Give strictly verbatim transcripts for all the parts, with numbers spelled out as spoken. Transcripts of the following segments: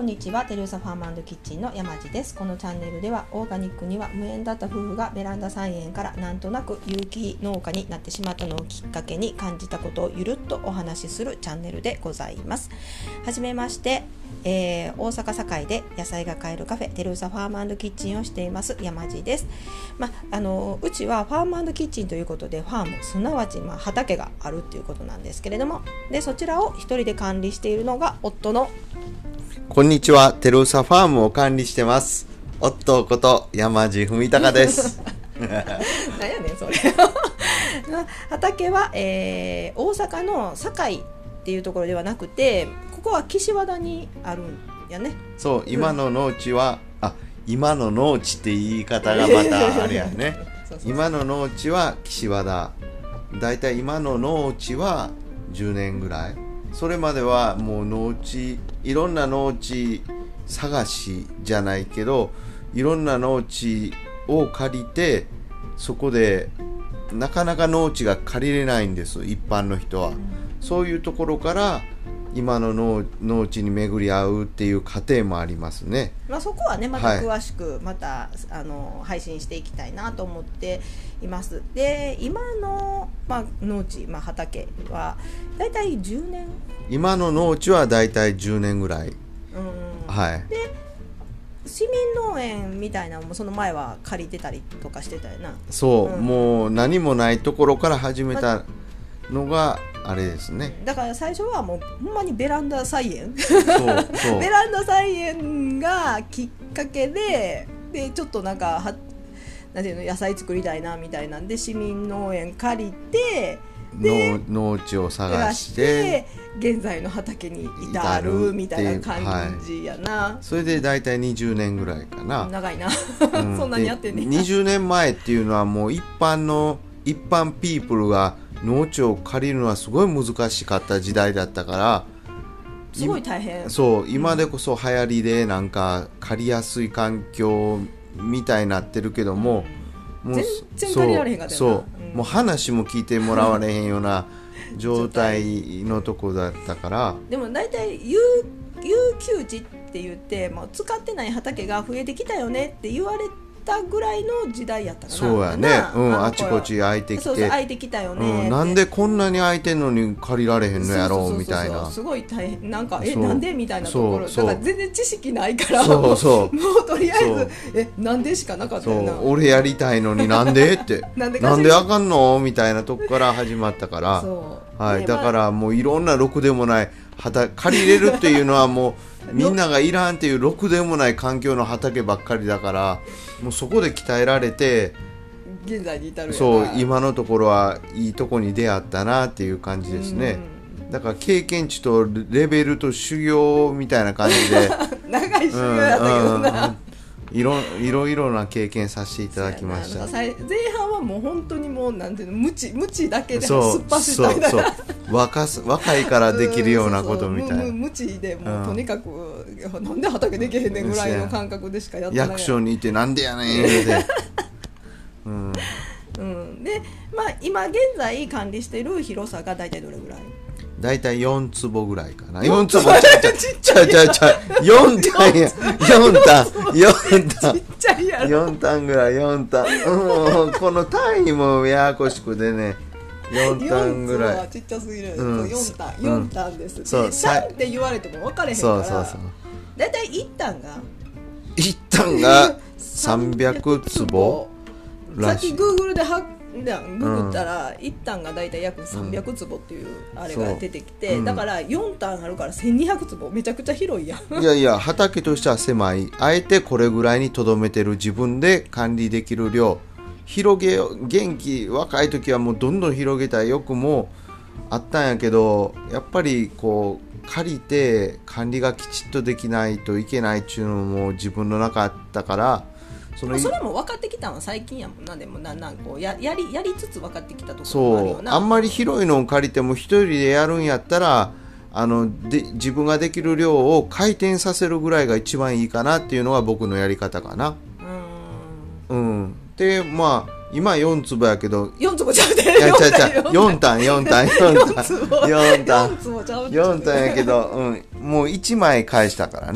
んにちは。テレサファーム&キッチンの山地です。このチャンネルではオーガニックには無縁だった夫婦がベランダ菜園からなんとなく有機農家になってしまったのをきっかけに感じたことをゆるっとお話しするチャンネルでございます。はじめまして、えー、大阪堺で野菜が買えるカフェテレサファーム&キッチンをしています山地です。まあ、あのうちはファーム&キッチンということでファームすなわちまあ畑があるっていうことなんですけれども、でそちらを一人で管理しているのが夫のこんにちは。テルサファームを管理してます。夫こと山地文隆です。 何やねんそれ。畑は、えー、大阪の堺っていうところではなくて、ここは岸和田にあるんやね。 そう、今の農地は、うん、あ、今の農地って言い方がまたあれやね。そうそうそう、今の農地は岸和田。だいたい今の農地はじゅうねんぐらい。それまではもう農地、いろんな農地探しじゃないけど、いろんな農地を借りて、そこでなかなか農地が借りれないんです、一般の人は。うん、そういうところから今の 農, 農地に巡り合うっていう過程もありますね。 まあ、そこはねまた詳しくまた、はい、あの配信していきたいなと思っています。で今の、まあ、農地、まあ、畑はだいたいじゅうねん、 今の農地はだいたいじゅうねんぐらい、うん、はい。 で市民農園みたいなのもその前は借りてたりとかしてたよな。 そう、うん、もう何もないところから始めたのがあれですね。 だから最初はもうほんまにベランダ菜園そうそうベランダ菜園がきっかけで、でちょっとなんかはなんていうの野菜作りたいなみたいなんで市民農園借りて、で農, 農地を探して現在の畑に至るみたいな感じやな、はい、 それでだいたいにじゅうねんぐらいかな。 長いな、うん、そんなにやってんねん。 にじゅうねんまえっていうのはもう一般の一般ピープルが農地を借りるのはすごい難しかった時代だったから、 すごい大変。 そう今でこそ流行りでなんか借りやすい環境みたいになってるけども、 うん、もう全然借りられへんかったよな。 そう、うん、もう話も聞いてもらわれへんような状態のとこだったからでも大体有給地って言って、まあ、使ってない畑が増えてきたよねって言われたぐらいの時代やったかな。 そうやね、うん、あちこち空いてきて、 そうそう空いてきたよね、 うん、なんでこんなに空いてんのに借りられへんのやろうみたいな、 すごい大変。なんかえなんでみたいなところだから全然知識ないから、 そうそうもうとりあえずえなんでしかなかったよな。 そう俺やりたいのになんでってなんでなんであかんのみたいなとこから始まったからそう、はい、ね、だからもういろんなろくでもない畑借りれるっていうのはもうみんながいらんっていうろくでもない環境の畑ばっかりだから、もうそこで鍛えられて現在に至るよな。 そう今のところはいいとこに出会ったなっていう感じですね。だから経験値とレベルと修行みたいな感じで長い修行やったけどな、うんうん、 いろいろいろな経験させていただきました。 前半はもう本当にもうなんていうの無知無知だけで突っ走ったみたいな、そうそう若す若いからできるようなことみたいな、 無知でもう、うん、とにかくなんで畑できへんねんぐらいの感覚でしかやってない。 役所にいてなんでやねんってうんうん、で、まあ、今現在管理している広さが大体どれぐらい？ だいたいよん坪ぐらいかな。よん坪ちゃちゃちゃちゃよん単やよん単よん単ちっちゃいやろよん単ぐらいよん単、うん、この単位もややこしくでねよん単ぐらい。よんはちっちゃすぎる、うん、よん単よん単です、うん、そう単って言われても分かれへんから、そうそうそうだいたいいち単がいち単がさんびゃく坪さっき Google ではググったら、うん、いち単がだいたい約さんびゃく坪っていうあれが出てきて、うん、だからよん単あるからせんにひゃく坪めちゃくちゃ広いやん。 いやいや畑としては狭い。あえてこれぐらいにとどめてる。自分で管理できる量広げよう。元気若い時はもうどんどん広げたい欲もあったんやけど、やっぱりこう借りて管理がきちっとできないといけないっていうのも自分の中あったから、 そのそれも分かってきたのは最近やもんな。でもななんこう や, や, りやりつつ分かってきたところもあるよな。 そうあんまり広いのを借りても一人でやるんやったらあので自分ができる量を回転させるぐらいが一番いいかなっていうのが僕のやり方かな。うん、うん、でまあ今よん坪やけどよん坪ちゃうでいやちゃうちゃうよん単よん単よん単よん単よん単やけど、うん、もういちまい返したからね。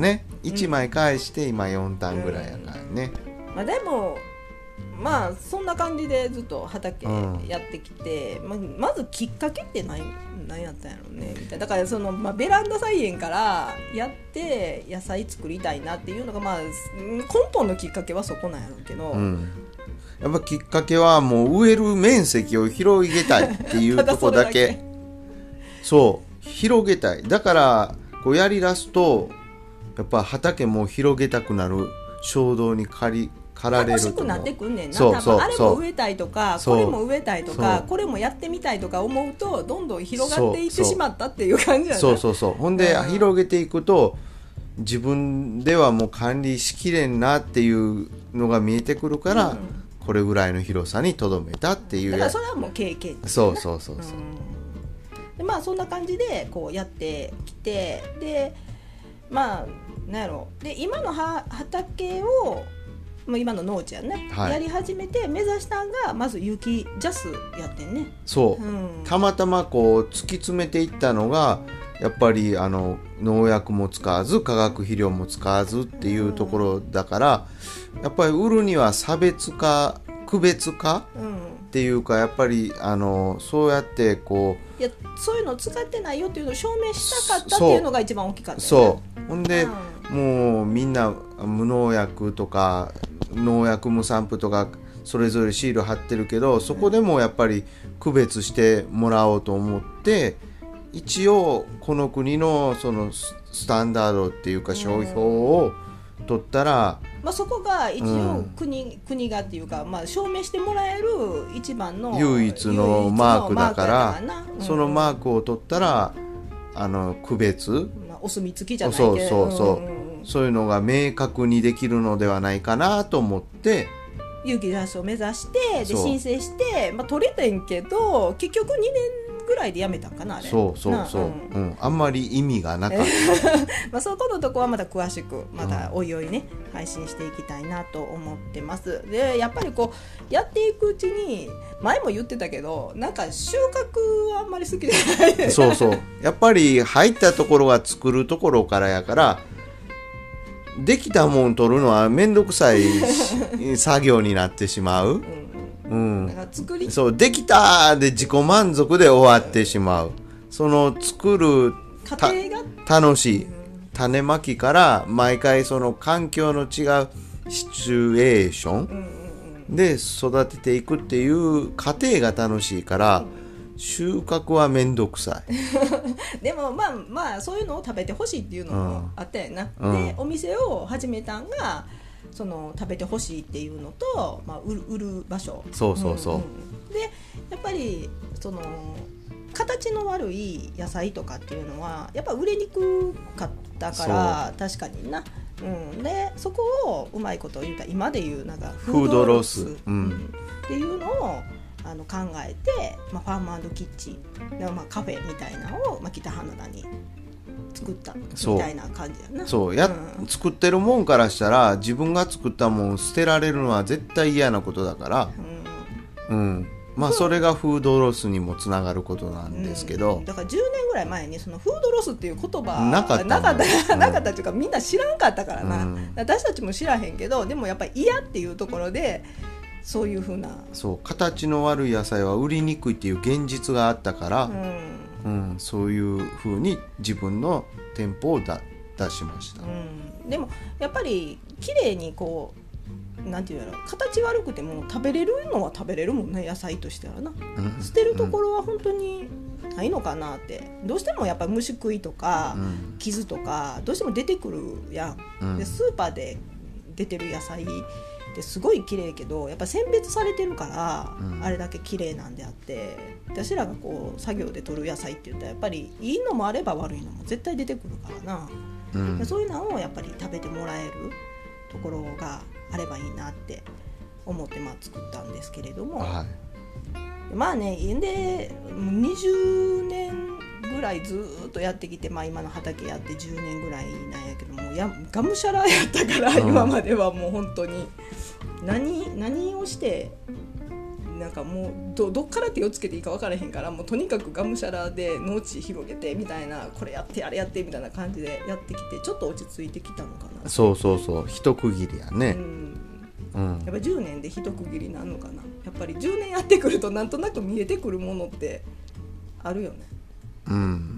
いちまい返して今よん単ぐらいやからね、 うんまあ、でもまあそんな感じでずっと畑やってきて、うん、ま, まずきっかけって何何やったんやろうねみたいな。だからその、まあ、ベランダ菜園からやって野菜作りたいなっていうのが、まあ、根本のきっかけはそこなんやろうけど、うん、 やっぱきっかけはもう植える面積を広げたいっていうとこだけだけそう広げたい。だからこうやりだすとやっぱ畑も広げたくなる衝動に駆りかられる楽しくなってくんねんな。そうそう、あれも植えたいとかこれも植えたいとかこれもやってみたいとか思うとどんどん広がっていってしまったっていう感じやな。 そうそうそう。ほんで、うん、広げていくと自分ではもう管理しきれんなっていうのが見えてくるから、うん、これぐらいの広さにとどめたっていう。 だからそれはもう経験ですね。 そうそうそうそう、 うん、でまあそんな感じでこうやってきてでまあなんやろで今のは畑をもう今の農地やね、はい、やり始めて目指したんがまず有機ジャスやってんね。 そう、うん、たまたまこう突き詰めていったのがやっぱりあの農薬も使わず化学肥料も使わずっていうところだから、うん、やっぱり売るには差別化区別化、うん、っていうかやっぱりあのそうやってこういやそういうの使ってないよっていうのを証明したかったっていうのが一番大きかったよね。 そうほんで、うん、もうみんな無農薬とか農薬無散布とかそれぞれシール貼ってるけどそこでもやっぱり区別してもらおうと思って一応この国のそのスタンダードっていうか商標を取ったら、 まあ、そこが一応国、うん、国がっていうか、まあ、証明してもらえる一番の唯一のマークだから、うん、そのマークを取ったらあの区別、 まあ、お墨付きじゃないけどそうそうそう、うんうん、そういうのが明確にできるのではないかなと思って有機ジャスを目指してで申請して、まあ、取れてんけど結局にねんぐらいでやめたんかなあれ。 そうそうそう、うんうん、あんまり意味がなかったまあそこのとこはまた詳しくまたおいおいね、うん、配信していきたいなと思ってます。でやっぱりこうやっていくうちに前も言ってたけどなんか収穫はあんまり好きじゃないそうそうやっぱり入ったところが作るところからやからできたもん取るのはめんどくさい作業になってしまう、うんうん、だから作りそうできたで自己満足で終わってしまう。その作る過程が楽しい、うん、種まきから毎回その環境の違うシチュエーションで育てていくっていう過程が楽しいから、うん、収穫はめんどくさいでもまあまあそういうのを食べてほしいっていうのもあったよな、うん、でお店を始めたんがその食べてほしいっていうのと、まあ、売る、売る場所そうそうそう、うんうん、 でやっぱりその形の悪い野菜とかっていうのはやっぱ売れにくかったから確かにな、うん、でそこをうまいこと言うたら今で言うなんかフードロス、うん、っていうのをあの考えて、まあ、ファーム&キッチンで、まあ、カフェみたいなのを、まあ、北花田に作ったみたいな感じやな。 そうや、うん、作ってるもんからしたら自分が作ったもん捨てられるのは絶対嫌なことだから、うん、うん、まあそれがフードロスにもつながることなんですけど、 うん、だからじゅうねんぐらい前にそのフードロスっていう言葉なかったなかった、うん、なかったっていうかみんな知らんかったからな、うん、私たちも知らへんけどでもやっぱり嫌っていうところでそういうふうなそう形の悪い野菜は売りにくいっていう現実があったから、うんうん、そういうふうに自分の店舗をだ出しました、うん、 でもやっぱり綺麗にこうなんていうの形悪くても食べれるのは食べれるもんね野菜としてはな、うん、捨てるところは本当にないのかなってどうしてもやっぱ虫食いとか、うん、傷とかどうしても出てくるやん、うん、でスーパーで出てる野菜ってすごい綺麗けどやっぱ選別されてるから、うん、あれだけ綺麗なんであって私らがこう作業で取る野菜って言ったらやっぱりいいのもあれば悪いのも絶対出てくるからな、うん、そういうのをやっぱり食べてもらえるところがあればいいなって思ってまあ作ったんですけれども、はい、まあねでにじゅうねんぐらいずっとやってきて、まあ、今の畑やってじゅうねんぐらいなんやけどもやがむしゃらやったから、うん、今まではもう本当に何、何をしてなんかもう ど, どっから手をつけていいか分からへんから、もうとにかくがむしゃらで農地広げてみたいな、これやってあれやってみたいな感じでやってきて、ちょっと落ち着いてきたのかな。 そうそうそう、一区切りやね、 うんうん、 やっぱじゅうねんで一区切りになるのかな。やっぱりじゅうねんやってくるとなんとなく見えてくるものってあるよね。 うん、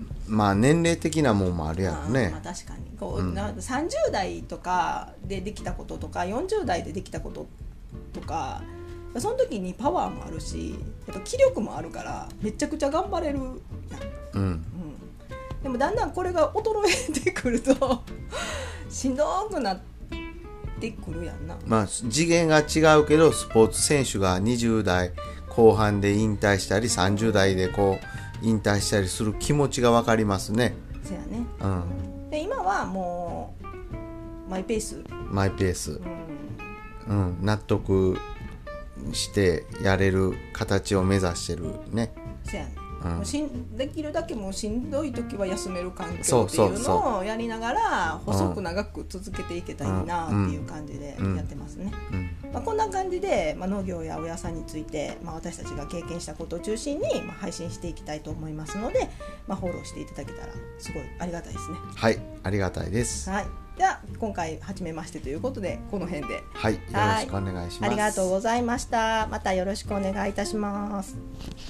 まあ年齢的なもんもあるやろね。 まあ、まあ確かにこう、うん、なさんじゅう代とかでできたこととかよんじゅう代でできたこととか、その時にパワーもあるし、やっぱ気力もあるからめちゃくちゃ頑張れるやん、 うんうん、 でもだんだんこれが衰えてくるとしんどくなってくるやんな。 まあ次元が違うけど、スポーツ選手がにじゅう代後半で引退したりさんじゅう代でこう引退したりする気持ちが分かりますね。 そうやね、 うん、 で今はもうマイペースマイペース、うん、うん、納得してやれる形を目指してるね。 そうやね、 うん、 もうしんできるだけもうしんどい時は休める環境っていうのをやりながら細く長く続けていけたらいいなっていう感じでやってますね、うんうん、まあ、こんな感じで、まあ、農業やお野菜について、まあ、私たちが経験したことを中心に、まあ、配信していきたいと思いますので、まあ、フォローしていただけたらすごいありがたいですね。 はい、ありがたいです。 はい、では今回初めましてということでこの辺で、 はい、よろしくお願いします。 ありがとうございました。またよろしくお願いいたします。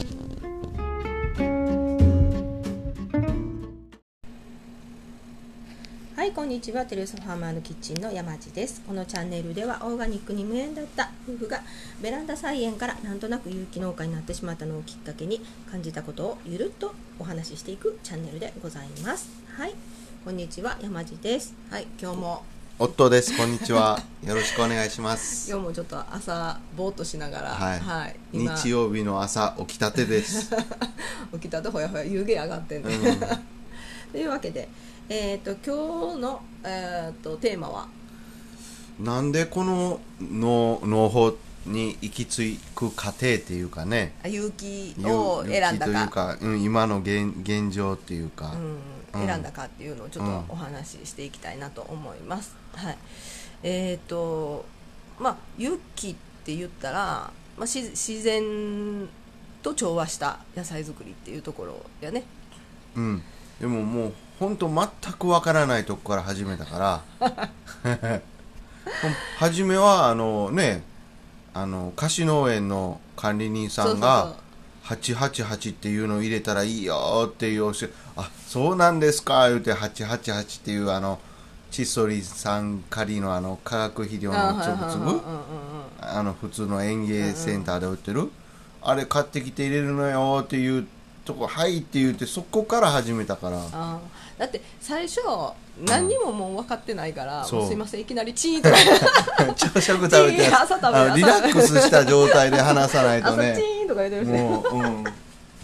はい、こんにちは。テレスファーマーのキッチンの山地です。このチャンネルではオーガニックに無縁だった夫婦がベランダ菜園からなんとなく有機農家になってしまったのをきっかけに感じたことをゆるっとお話ししていくチャンネルでございます。はい、こんにちは、山地です。はい、今日も夫です。こんにちは。よろしくお願いします。 今日もちょっと朝ぼーっとしながら、 はいはい、 日曜日の朝起きたてです。 起きたてほやほや湯気上がってんね、うん、というわけで、えー、と今日の、えー、とテーマはなんでこの農農法に行き着く過程っていうかね、 有機を選んだかというか、うん、今の 現, 現状っていうか、 うん、選んだかっていうのをちょっとお話ししていきたいなと思います、うん、はい、えっ、ー、とまあ有機って言ったら、まあ、自然と調和した野菜作りっていうところやね。 うん、でももう本当全くわからないとこから始めたから初めはあのね、あの菓子農園の管理人さんがはちはちはちっていうのを入れたらいいよっていう教え、あ、そうなんですか言うてはちはちはちっていうあのチッソリ酸カリのあの化学肥料のつぶつぶ、あの普通の園芸センターで売ってる、あれ買ってきて入れるのよっていうとこ、はいって言ってそこから始めたから。 あ、だって最初何にももう分かってないから、 うん、 もうすいませんいきなりチーンとか朝食食べて朝食べあリラックスした状態で話さないとね朝チーンとか言ってるしね、 もう、うん、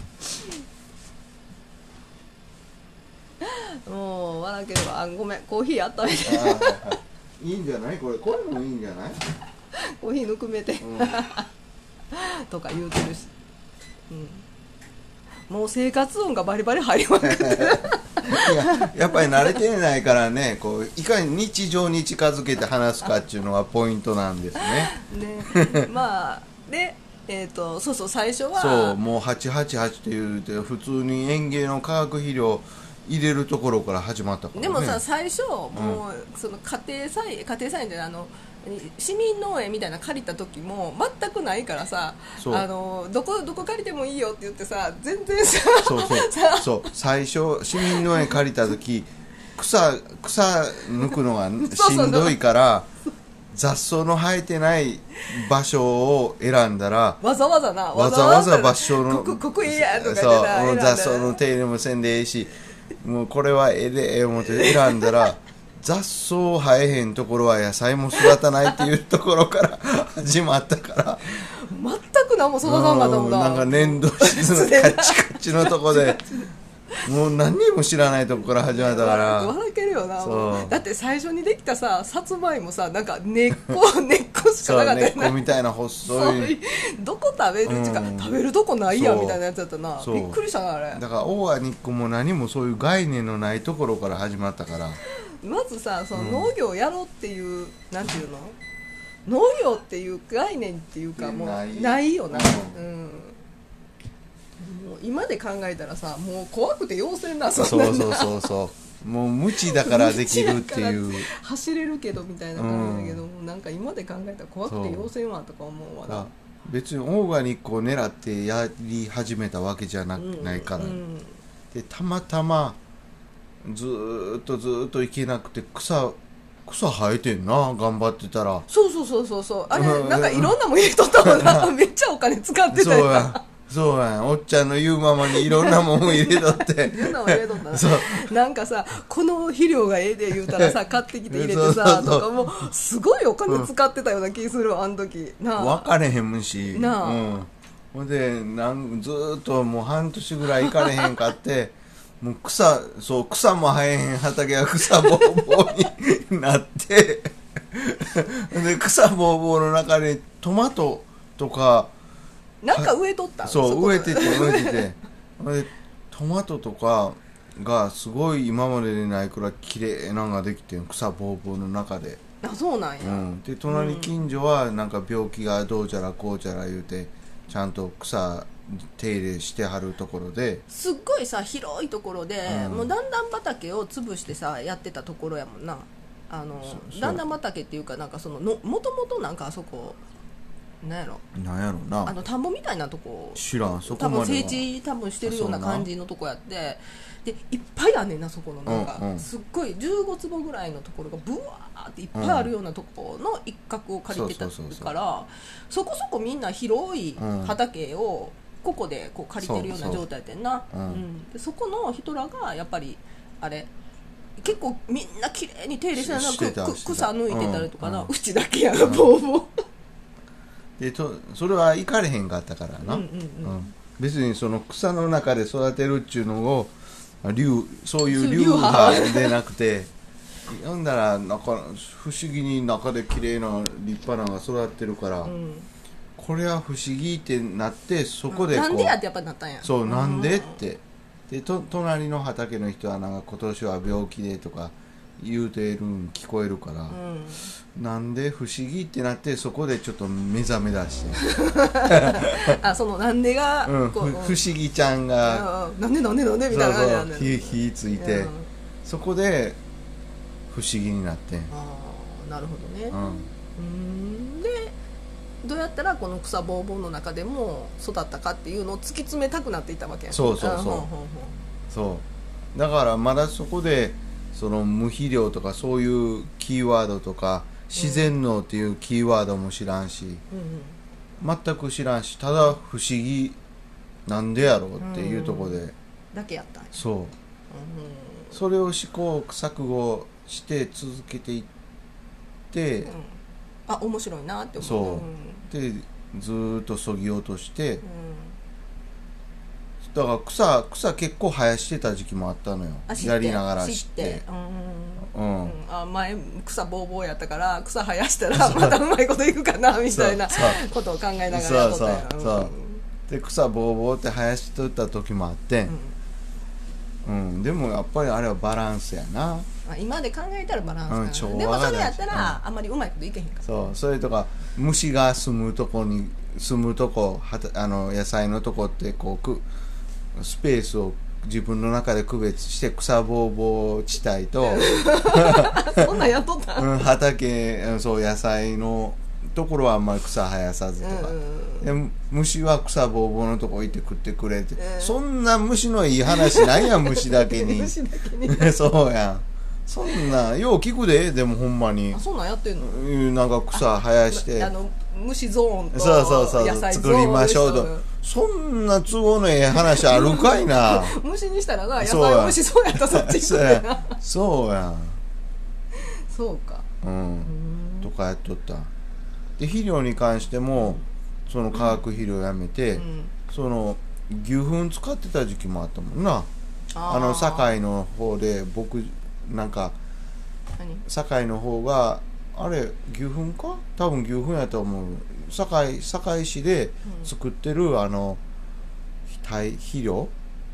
もう笑うけど、あ、ごめんコーヒーあっためていいんじゃない、これこれもいいんじゃないコーヒーぬくめて、うん、とか言うてるし、うん、もう生活音がバリバリ入りまくってるいや、やっぱり慣れてないからね、こういかに日常に近づけて話すかっていうのがポイントなんですね。 ね、まあで、えーと、そうそう最初はそうもうはちはちはちって言うて普通に園芸の化学肥料入れるところから始まったからね。 でもさ最初もう、うん、その家庭菜園家庭菜園であの市民農園みたいな借りた時も全くないからさ、あのどこどこ借りてもいいよって言ってさ全然さそうそうそう最初市民農園借りた時草草抜くのがしんどいから雑草の生えてない場所を選んだらわざわざなわざわざ場所のここここいいやとかそう雑草の手入れもせんでええし、もうこれはええでええ思って選んだら雑草生えへんところは野菜も育たないっていうところから始まったから全く何も育たんかったもんな。 なんか粘土質のカチカチのとこでもう何にも知らないとこから始まったから笑けるよな。だって最初にできたささつまいもさなんか根っこ根っこしかなかったよな。 根っこみたいな細いどこ食べるっていうか、うん、食べるとこないやみたいなやつだったな。びっくりしたなあれ。 だからオーガニックも何もそういう概念のないところから始まったから、 まずさその農業をやろうっていう、うん、なんていうの農業っていう概念っていうかもうないないよな、 ううん、もう今で考えたらさもう怖くて要せんな、 そそんなうそうそうそうもう無知だからできるっていう走れるけどみたいな感じだけど、うん、なんか今で考えたら怖くて要せんわとか思うわな。 別にオーガニックを狙ってやり始めたわけじゃ な,、うん、ないから、うん、でたまたまずーっとずーっと行けなくて草草生えてんな頑張ってたら。 そうそうそうそうそうあれなんかいろんなもん入れとったもんなめっちゃお金使ってたよな。 そうやそうやんおっちゃんの言うままにいろんなもん入れとっていろんなもん入れとったなそうなんかさこの肥料がええで言うたらさ買ってきて入れてさそうそうそうとかもうすごいお金使ってたような気するわあの時なあ分かれへんしなあ、 うん、ほんでなんずーっともう半年ぐらい行かれへんかってもう草そう草も生えへん畑が草ぼうぼうになってで草ぼうぼうの中にトマトとかなんか植えとったそう植えてて植えててでトマトとかがすごい今までにないくらい綺麗なのができて草ぼうぼうの中で。 あそうなんや、 うん、で隣近所はなんか病気がどうちゃらこうちゃら言うてちゃんと草手入れしてはるところですっごいさ広いところで、うん、もう段々畑を潰してさやってたところやもんな。あの段々畑っていうかなんかそののもともとなんかあそこなんやろなんやろなあの田んぼみたいなとこ知らんそこまでは多分整地多分してるような感じのとこやってでいっぱいあんねんなそこのなんか、うんうん、すっごいじゅうごつぼぐらいのところがブワーっていっぱいあるようなとこの一角を借りてたからそこそこみんな広い畑をここでこう借りてるような状態やってんな。そ, う そ, う、うんうん、でそこの人らがやっぱりあれ結構みんな綺麗に手入れしてたな草抜いてたりとかな、うんうん、うちだけやなボーボーでとそれは行かれへんかったからな、うんうんうんうん、別にその草の中で育てるっちゅうのを流そういう流派でなくて読んだらなんか不思議に中で綺麗な立派なのが育ってるから、うん、これは不思議ってなってそこでこう、 なんでやってやっぱなったんやそうなんでってでと隣の畑の人はなんか今年は病気でとか言うてるん聞こえるから、うん、なんで不思議ってなってそこでちょっと目覚め出してあそのなんでが、 うん、不思議ちゃんがなんでなんでなんでみたいな感じなんだよね火ついて、うん、そこで不思議になってああなるほどね、うん、うーんでどうやったらこの草ぼうぼうの中でも育ったかっていうのを突き詰めたくなっていたわけやね。 そうそうそうそうだからまだそこでその無肥料とかそういうキーワードとか自然農っていうキーワードも知らんし、うんうん、全く知らんしただ不思議なんでやろうっていうところで、うん、 だけやったんやそう、うん、それを試行錯誤して続けていって、うん、 あ面白いなって思うそう、うん、でずーっとそぎ落として、うんだから 草, 草結構生やしてた時期もあったのよやりながら知って、 うんうんうん、あ前草ぼうぼうやったから草生やしたらまたうまいこといくかなみたいなことを考えながらやっとったよ。 そうそうそうで草ぼうぼうって生やしとった時もあって、うんうん、でもやっぱりあれはバランスやな今で考えたらバランスかな、うん、でもそれやったらあんまりうまいこといけへんからそうそれとか虫が住むとこに住むとこはたあの野菜のとこってこうくスペースを自分の中で区別して草ぼうぼう地帯とそんなんやっとった、 うん、畑そう野菜のところはあんまり草生やさずとか、うん、で虫は草ぼうぼうのとこ行って食ってくれて、うん、そんな虫のいい話ないやん虫だけに虫だけにそうやんそんなよう聞くででもほんまにあそんなんやってんのなんか草生やしてあの虫ゾーンとそうそうそう野菜ゾーン作りましょうとそんな都合のええ話あるかいな虫にしたらな野菜虫そうやったらそっち行くねんなそうやんそうかうんとかやっとったで肥料に関してもその化学肥料やめて、うん、その牛糞使ってた時期もあったもんなあ, あの堺の方で僕なんか堺の方があれ牛糞か多分牛糞やと思う堺堺市で作ってる、うん、あの肥肥料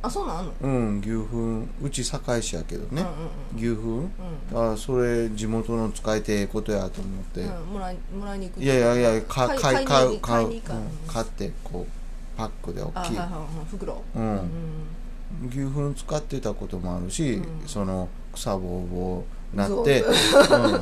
あ、そうなんあんの。 うん牛糞うち堺市やけどね、 うん牛糞、うん、あそれ地元の使いてえことやと思って、 うん、もらいもらいに行く。 いやいやいやか買い買う買う買うん、買ってこうパックで大きい、 あ、はいはいはい、袋、 うん、 うん、 牛糞使ってたこともあるし、うん、その草ぼうぼうなって、うん、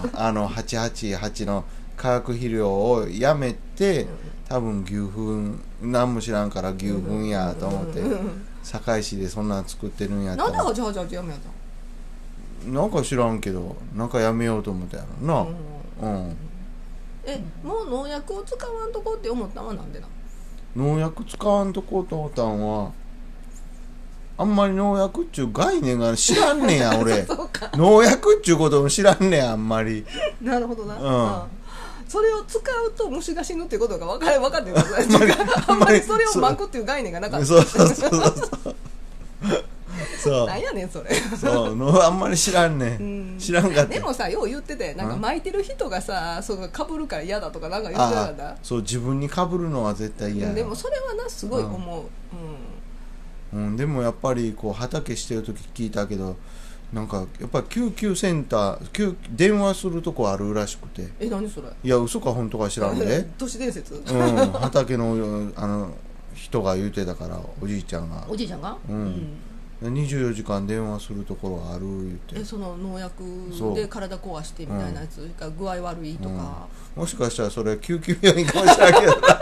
あのはちはちはちの化学肥料をやめて、うん、多分牛糞何も知らんから牛糞やと思って、うん、堺市でそんなん作ってるんやったらなんではちはちはちやめやったのなんか知らんけどなんかやめようと思ったやろな、うん、うん、 えもう農薬を使わんとこって思ったのはなんでな農薬使わんとこうと思ったんはあんまり農薬っちゅう概念が知らんねや俺農薬っちゅうことも知らんねやあんまりなるほどな、 うん、 それを使うと虫が死ぬっていうことが分かる分かってるあんまりそれを巻くっていう概念がなかったそうそうそうそうそうなんやねんそれそうのあんまり知らんねん、うん、知らんかった。 でもさよう言っててなんか巻いてる人がさそうかぶるから嫌だとかなんか言ってなかった。 そう自分にかぶるのは絶対嫌や、 でもそれはなすごい思う、 うんうん、でもやっぱりこう畑してる時聞いたけどなんかやっぱり救急センター救電話するとこあるらしくて。 え何それ。 いや嘘か本当か知らんで都市伝説、 うん、畑のあの人が言うてたからおじいちゃんがおじいちゃんが、 うんうん、にじゅうよじかん電話するところがある言って。 えその農薬で体壊してみたいなやつが具合悪いとか、 うん、もしかしたらそれ救急病院かもしれないけどな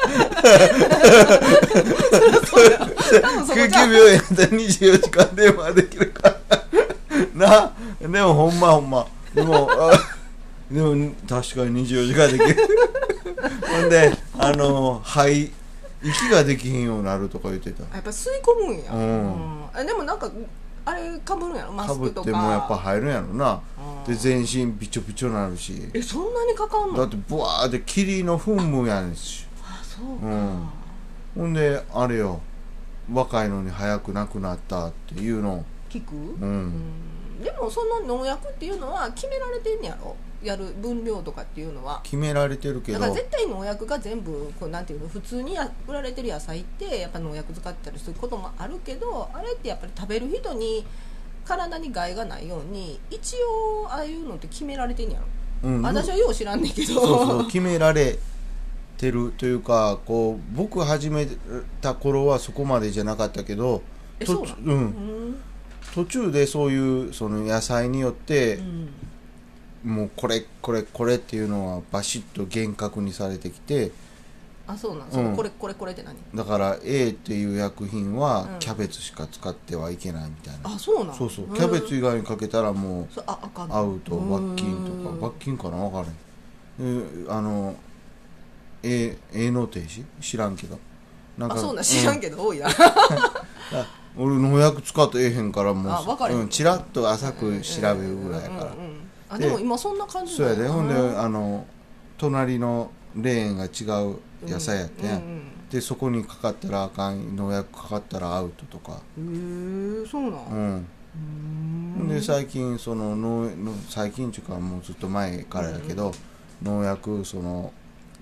救急病院やったらにじゅうよじかん電話できるからな。でもほんまほんまでもでも確かににじゅうよじかんできるほんであの肺息ができひんようになるとか言ってた。 やっぱ吸い込むんや、 うんうん、でもなんかあれかぶるんやろマスクとか。かぶってもやっぱ入るんやろな。で全身びちょびちょになるし。 えそんなにかかんの。 だってブワーって霧の噴霧やねんし。 あそうか、 うん、ほんであれよ若いのに早く亡くなったっていうの聞く、 うんうん、 でもその農薬っていうのは決められてんやろやる分量とかっていうのは決められてるけどだから絶対農薬が全部こうなんていうの普通にや売られてる野菜ってやっぱ農薬使ってたりすることもあるけどあれってやっぱり食べる人に体に害がないように一応ああいうのって決められてんやろ、うん、私はよう知らんねんけどそうそう決められてるというかこう僕始めた頃はそこまでじゃなかったけどえそうなの、うん、 途中でそういうその野菜によって、うんもうこれこれこれっていうのはバシッと厳格にされてきて。 あそうなん、うん、これこれこれって何だから A っていう薬品はキャベツしか使ってはいけないみたいな、 うん、あそうなんそうそうキャベツ以外にかけたらもうああかんアウト罰金とか罰金かな分からへんあの A, A の停止知らんけどなんかあそうなん知らんけど、うん、多いな俺農薬使ってええへんからもうあ分かる、 うん、チラッと浅く調べるぐらいやから、うんうんうんうんあでも今そんな感じそうやでほんであの隣のレーンが違う野菜やって、うんうんうん、でそこにかかったらあかん農薬かかったらアウトとかへえそうなんうんうんで最近その農最近っていうかもうずっと前からやけど、うんうん、農薬その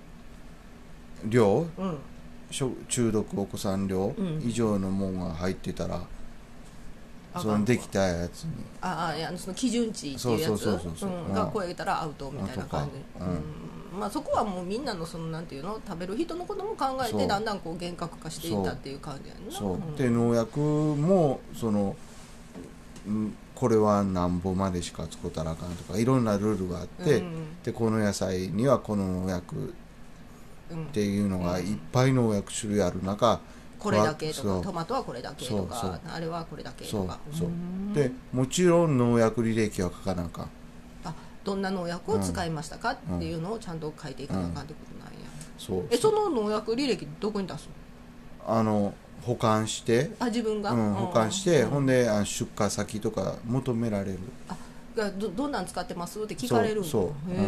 量、うん、中毒お子さん量以上のものが入ってたらそのできたやつにああいやその基準値っていうやつが超えたらアウトみたいな感じ、うんうんまあ、そこはもうみんなのそのなんていうの食べる人のことも考えてだんだんこう厳格化していったっていう感じやんな。 そう、うん、で農薬もそのこれはなんぼまでしか使ったらあかんとかいろんなルールがあって、うん、でこの野菜にはこの農薬っていうのがいっぱい農薬種類ある中これだけとかトマトはこれだけとかそうそうあれはこれだけとかそうそうでもちろん農薬履歴は書かなあかんあどんな農薬を使いましたかっていうのをちゃんと書いていかなあかんってことなんや、 うん、そうえその農薬履歴どこに出すのあの保管してあ自分が、 うん、保管して、うん、ほんであ出荷先とか求められるあ ど, どんなん使ってますって聞かれるんだそうそう、うん、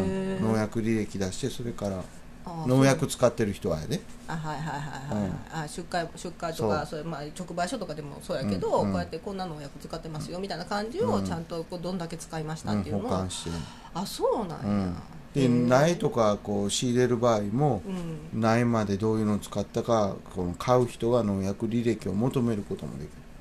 農薬履歴出してそれから農薬使ってる人はやであはいはいはいはい、うん、あ出荷出荷とかそれ、まあ、直売所とかでもそうやけど、うんうん、こうやってこんな農薬使ってますよみたいな感じをちゃんとこうどんだけ使いましたっていうのを、うん、 保管してるあそうなんや、うん、 で苗とかこう仕入れる場合も、うん、苗までどういうのを使ったかこの買う人が農薬履歴を求めることもできるあ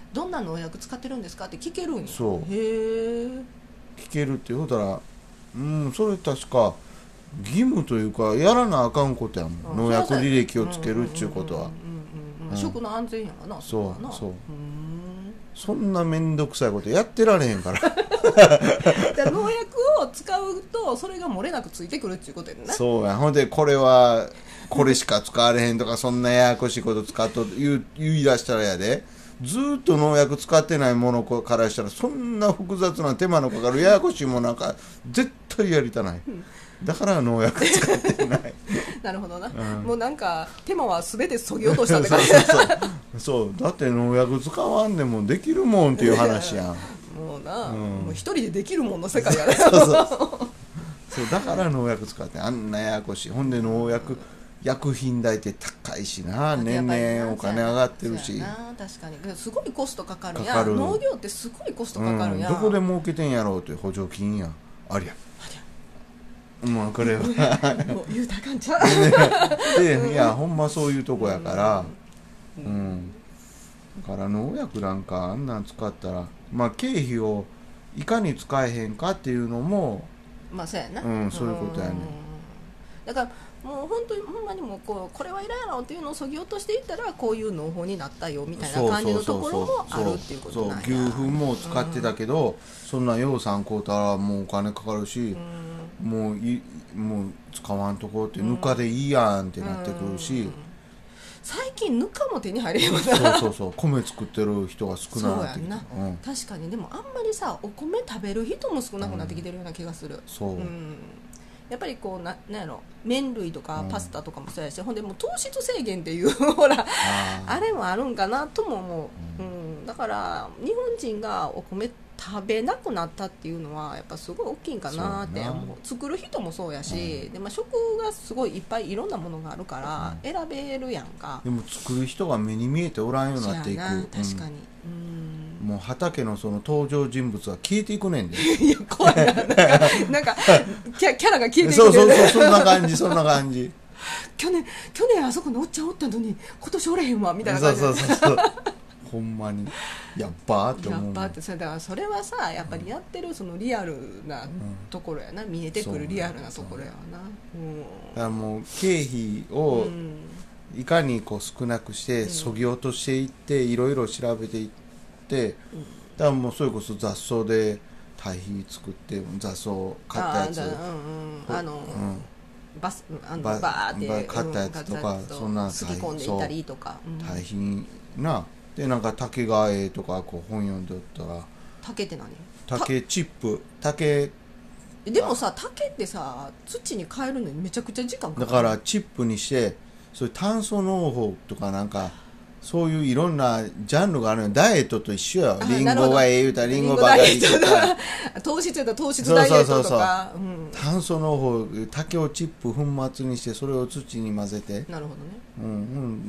どんな農薬使ってるんですかって聞けるんや。 そうへえ。 聞けるって言うたら、うんそれ確か義務というかやらなあかんことやもん、農薬履歴をつけるっちゅうことは。 食の安全やわな。 そうそう。 うーんそんな面倒くさいことやってられへんからで農薬を使うとそれが漏れなくついてくるっていうことやんな。 そうや。ほんでこれはこれしか使われへんとかそんなややこしいこと使っと言う言い出したらやで、ずーっと農薬使ってないものからしたらそんな複雑な手間のかかるややこしいものなんか絶対やりたない。だから農薬使ってないなるほどな、 うん、 もうなんか手間は全てそぎ落としたってそう感じそうそうそうだって農薬使わんでもできるもんっていう話やんもうな、 うん、 もう一人でできるもんの世界やねそうそうそうだから農薬使ってあんなややこしい。ほんで農薬薬品代って高いしな、年々お金上がってるし。 確かにすごいコストかかるやん。 かかる。 農業ってすごいコストかかるやん、 うん、どこで儲けてんやろうって補助金やありゃもうこれはもう言うたらあかんちゃうでいやほんまそういうとこやからうん、うん、だから農薬なんかあんなん使ったらまあ経費をいかに使えへんかっていうのもまあそうやな、 うん、そういうことやね。 だからもう本当にほんまにもうこうこれはいらんやろっていうのをそぎ落としていったらこういう農法になったよみたいな感じのところもあるっていうことなんや。 そう牛糞も使ってたけど、うん、そんな養蚕買うたらもうお金かかるし、うん、もういもう使わんとこってぬかでいいやんってなってくるし、うんうん、 最近ぬかも手に入れへんもんな。 そうそうそう米作ってる人が少なくなってきた。 そうやんな、うん、確かに。でもあんまりさお米食べる人も少なくなってきてるような気がする、うん、 そう、 うんやっぱりこうななんやろ麺類とかパスタとかもそうやし、うん、ほんでもう糖質制限っていうほら あ, あれもあるんかなとも思う、うんうん、だから日本人がお米食べなくなったっていうのはやっぱすごい大きいんかなって思う。作る人もそうやし、うんでまあ、食がすごいいっぱいいろんなものがあるから選べるやんか、 うん、でも作る人が目に見えておらんようになっていく。 確かに、 うん、もう畑のその登場人物は消えていくねんでいや怖いな、なんかなんかキャキャラが消えていくねん。 そうそうそうそんな感じそんな感じ去年去年あそこのおっちゃんおったのに今年おれへんわみたいな感じで。 そうそうそうそうほんまにやっばーって思う。 やっばーってそれだからそれはさやっぱりやってるそのリアルなところやな、うん、見えてくるリアルなところやわな、うん、 だからもう経費をいかにこう少なくしてそぎ落としていっていろいろ調べていって、うん、だからもうそれこそ雑草で堆肥作って雑草買ったやつ、うんうん、 あの、うんバスあのバーって買ったやつとか、うん、そんなすき込んでいたりとか、 うん、堆肥なでなんか竹がええとかこう本読んでおったら竹って何？ 竹チップ竹でもさ竹ってさ土に変えるのにめちゃくちゃ時間かかる。 だからチップにしてそういう炭素農法とかなんかそういういろんなジャンルがあるのよ。ダイエットと一緒よ。リンゴがええ言うたらリンゴばかりとか糖質やったら糖質ダイエットとか炭素農法竹をチップ粉末にしてそれを土に混ぜて。 なるほどね、 うんうん、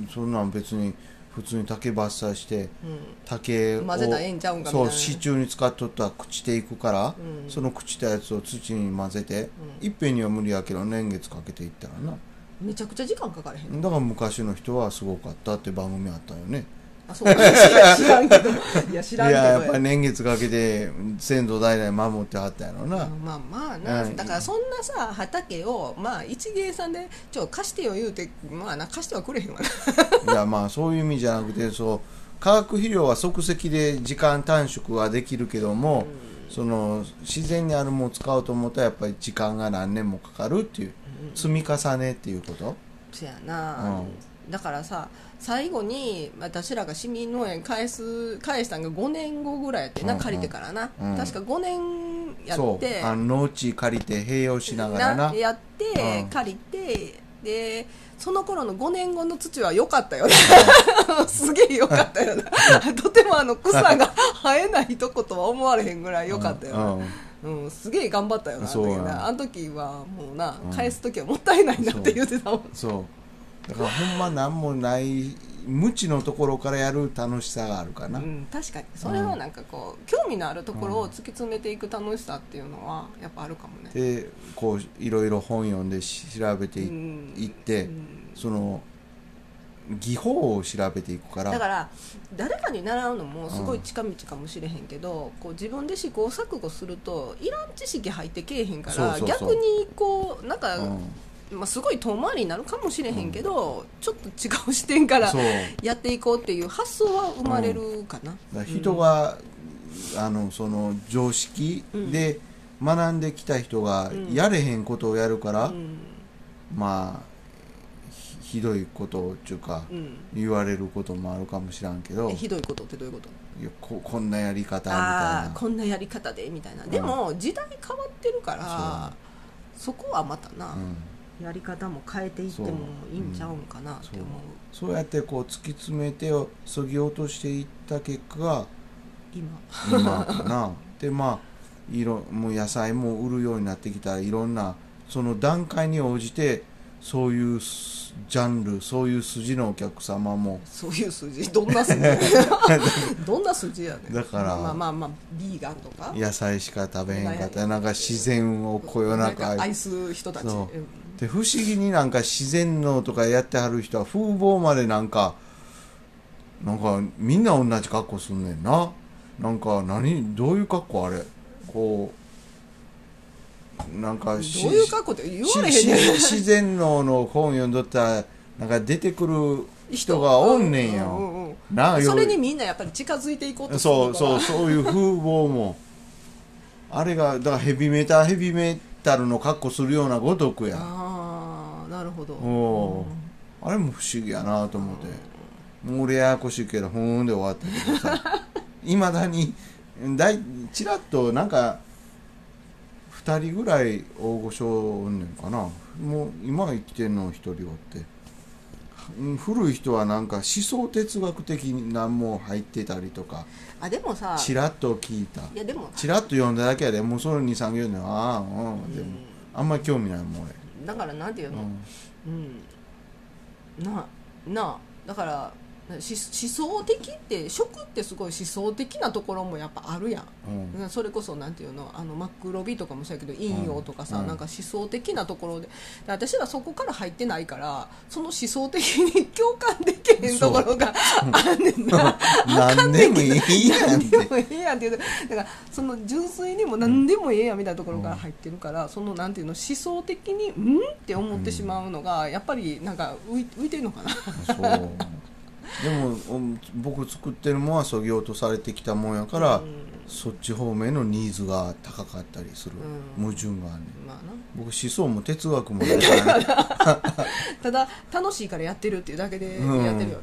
そんなん別に普通に竹伐採して、うん、竹を混ぜたらええんちゃうんかみたいな。 そう支柱に使っとったら朽ちていくから、うん、その朽ちたやつを土に混ぜて、うん、いっぺんには無理やけど年月かけていったらなめちゃくちゃ時間かかれへん。 だから昔の人はすごかったって番組あったよね。 あそうか知らんけどいや知らんけどいややっぱり年月かけて先祖代々守ってはったやろな、 うん、まあまあな、うん、だからそんなさ畑をまあ一芸さんでちょ貸してよ言うてまあな貸してはくれへんわないやまあそういう意味じゃなくてそう化学肥料は即席で時間短縮はできるけども、うん、その自然にあるものを使おうと思ったらやっぱり時間が何年もかかるっていう、うん、積み重ねっていうこと。 そやな、うん、だからさ最後に私らが市民農園返す返したんがごねんごぐらいやってな、うんうん、借りてからな、うん、確かごねんやってあの農地借りて併用しながら な, なやって、うん、借りてでその頃のごねんごの土は良かったよねすげえ良かったよなとてもあの草が生えないとことは思われへんぐらい良かったよな、うんうんうん、すげえ頑張ったよなあの時な。あの時はもうな、うん、返す時はもったいないなって言ってたもん。 そうそうだからほんま何もない無知のところからやる楽しさがあるかな、うん、 確かにそれはなんかこう、うん、興味のあるところを突き詰めていく楽しさっていうのはやっぱあるかもね。 でこういろいろ本読んで調べて い,、うん、いって、うん、その技法を調べていくから。 だから誰かに習うのもすごい近道かもしれへんけど、うん、こう自分で試行錯誤するといらん知識入ってけえへんから、そうそうそう、逆にこうなんか、うん、まあ、すごい遠回りになるかもしれへんけど、うん、ちょっと違う視点からやっていこうっていう発想は生まれるかな、 うん、だから人が、うん、あのその常識で学んできた人がやれへんことをやるから、うん、まあひどいことっていうか、うん、言われることもあるかもしらんけど。 ひどいことってどういうこと？ いや こ, こんなやり方みたいな、 こんなやり方でみたいな、うん、でも時代変わってるから そ, そこはまたな、うん、やり方も変えていってもいいんちゃうんかなって思う。 そう、そうやってこう突き詰めてそぎ落としていった結果が今今かなで、まあいろもう野菜も売るようになってきたら、いろんなその段階に応じてそういうジャンル、そういう筋のお客様も、 そういう筋、どんな筋どんな筋やねん。 だからまあまあまあビーガンとか野菜しか食べへんかった、なんか自然をこよなく愛す人たち、うん、 で不思議になんか自然のとかやってはる人は風貌までなんかなんかみんな同じ格好すんねんな。なんか何どういう格好あれこうなんかどういう格好って言われへんねん。 自然のの本読んどったらなんか出てくる人がおんねんよ、うんうんうん、なそれにみんなやっぱり近づいていこうとするから、 そうそうそういう風貌もあれがだからヘビメタヘビメタルの格好するようなごとくや。 ああなるほど、 お、うん、あれも不思議やなと思って、うん、もう俺ややこしいけどふーんで終わったけどさいまだにだいちらっとなんかふたりぐらい大御所おんねんかな。もう今生きてんのひとりおって、古い人はなんか思想哲学的に何も入ってたりとか。 あでもさチラッと聞いた。 いやでもチラッと読んだだけやで、もうそのにさん行でああうん、でもあんまり興味ないもん俺。 だからなんていうの、うん、うん、ななだから思想的って食ってすごい思想的なところもやっぱあるやん、うん、それこそなんていうのあのマクロビとかもそうやけど陰陽とかさ、うん、なんか思想的なところで私はそこから入ってないからその思想的に共感できへんところがあんねんな何でもいいやんって何でもいいやんっていうだからその純粋にも何でもええやんみたいなところから入ってるから、うん、そのなんていうの思想的にんって思ってしまうのがやっぱりなんか浮い、浮いてるのかなそうでも僕作ってるものはそぎ落とされてきたもんやから、うん、そっち方面のニーズが高かったりする、うん、矛盾がある、ね、まあ、な僕思想も哲学もないからねただ楽しいからやってるっていうだけでやってるよな、うんうん、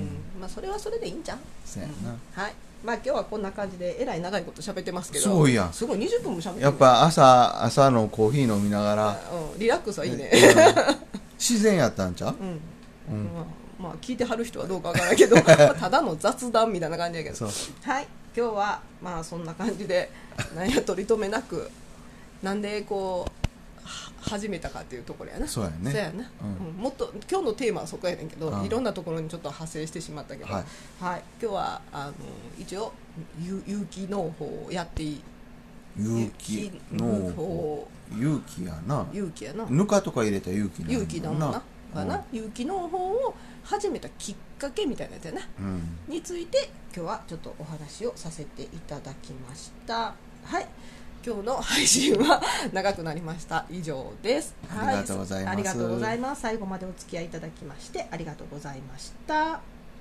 まあ、それはそれでいいんじゃん。 そうやな、うん、 はい、まあ、今日はこんな感じでえらい長いこと喋ってますけど、 そうやすごいにじゅっぷんも喋ってる。 やっぱ朝朝のコーヒー飲みながら、 うん、リラックスはいいね自然やったんちゃう、 うんうん、まあまあ、聞いてはる人はどうかわからないけどただの雑談みたいな感じやけど、はい今日はまあそんな感じで何や取り留めなくなんでこう始めたかっていうところやな。 そうやね、 そうやな、うんうん、もっと今日のテーマはそこやねんけど、うん、いろんなところにちょっと派生してしまったけど、はいはい、今日はあの一応有機農法をやっていい有機農法有機やな有機やなぬかとか入れた有機な有機だもんなかな、うん、有機農法を始めたきっかけみたいなやつやな、うん、について今日はちょっとお話をさせていただきました。はい、今日の配信は長くなりました。以上です。 ありがとうございます、はい、 ありがとうございます。最後までお付き合いいただきましてありがとうございました。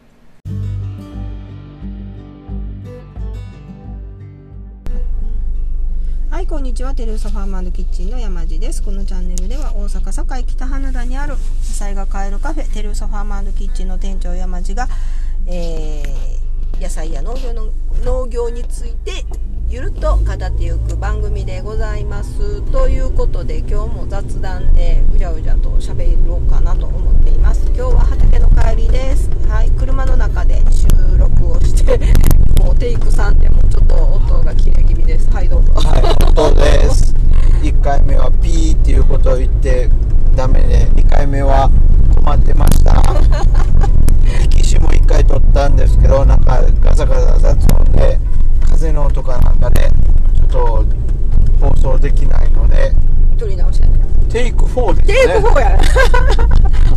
はい、こんにちは。テレサファーマンドキッチンの山地です。このチャンネルでは大阪堺北花田にある野菜が買えるカフェテレサファーマンドキッチンの店長山地が、えー、野菜や農業の農業についてゆるっと語っていく番組でございます。ということで今日も雑談でうじゃうじゃと喋ろうかなと思っています。今日は畑の帰りです。はい、車の中で収録をしてもうテイクさんでもちょっと音が切れ気味です。はいどうぞ。 はい、音です。いっかいめはピーっていうことを言ってダメでにかいめは困ってました力士もいっかい撮ったんですけどなんかガサガサ雑音で風の音かなんかでちょっと放送できないので撮り直しやね。 テイクフォーですね。 テイクフォーやね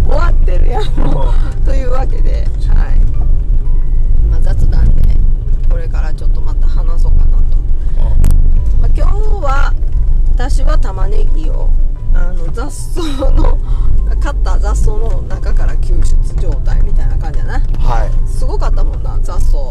終わってるやんもうというわけで、はい、まあ、雑談でこれからちょっとまた話そうかなと。まあ、今日は私は玉ねぎをあの雑草の買った雑草の中から救出状態みたいな感じだな。 はい。 すごかったもんな、雑草。 うん、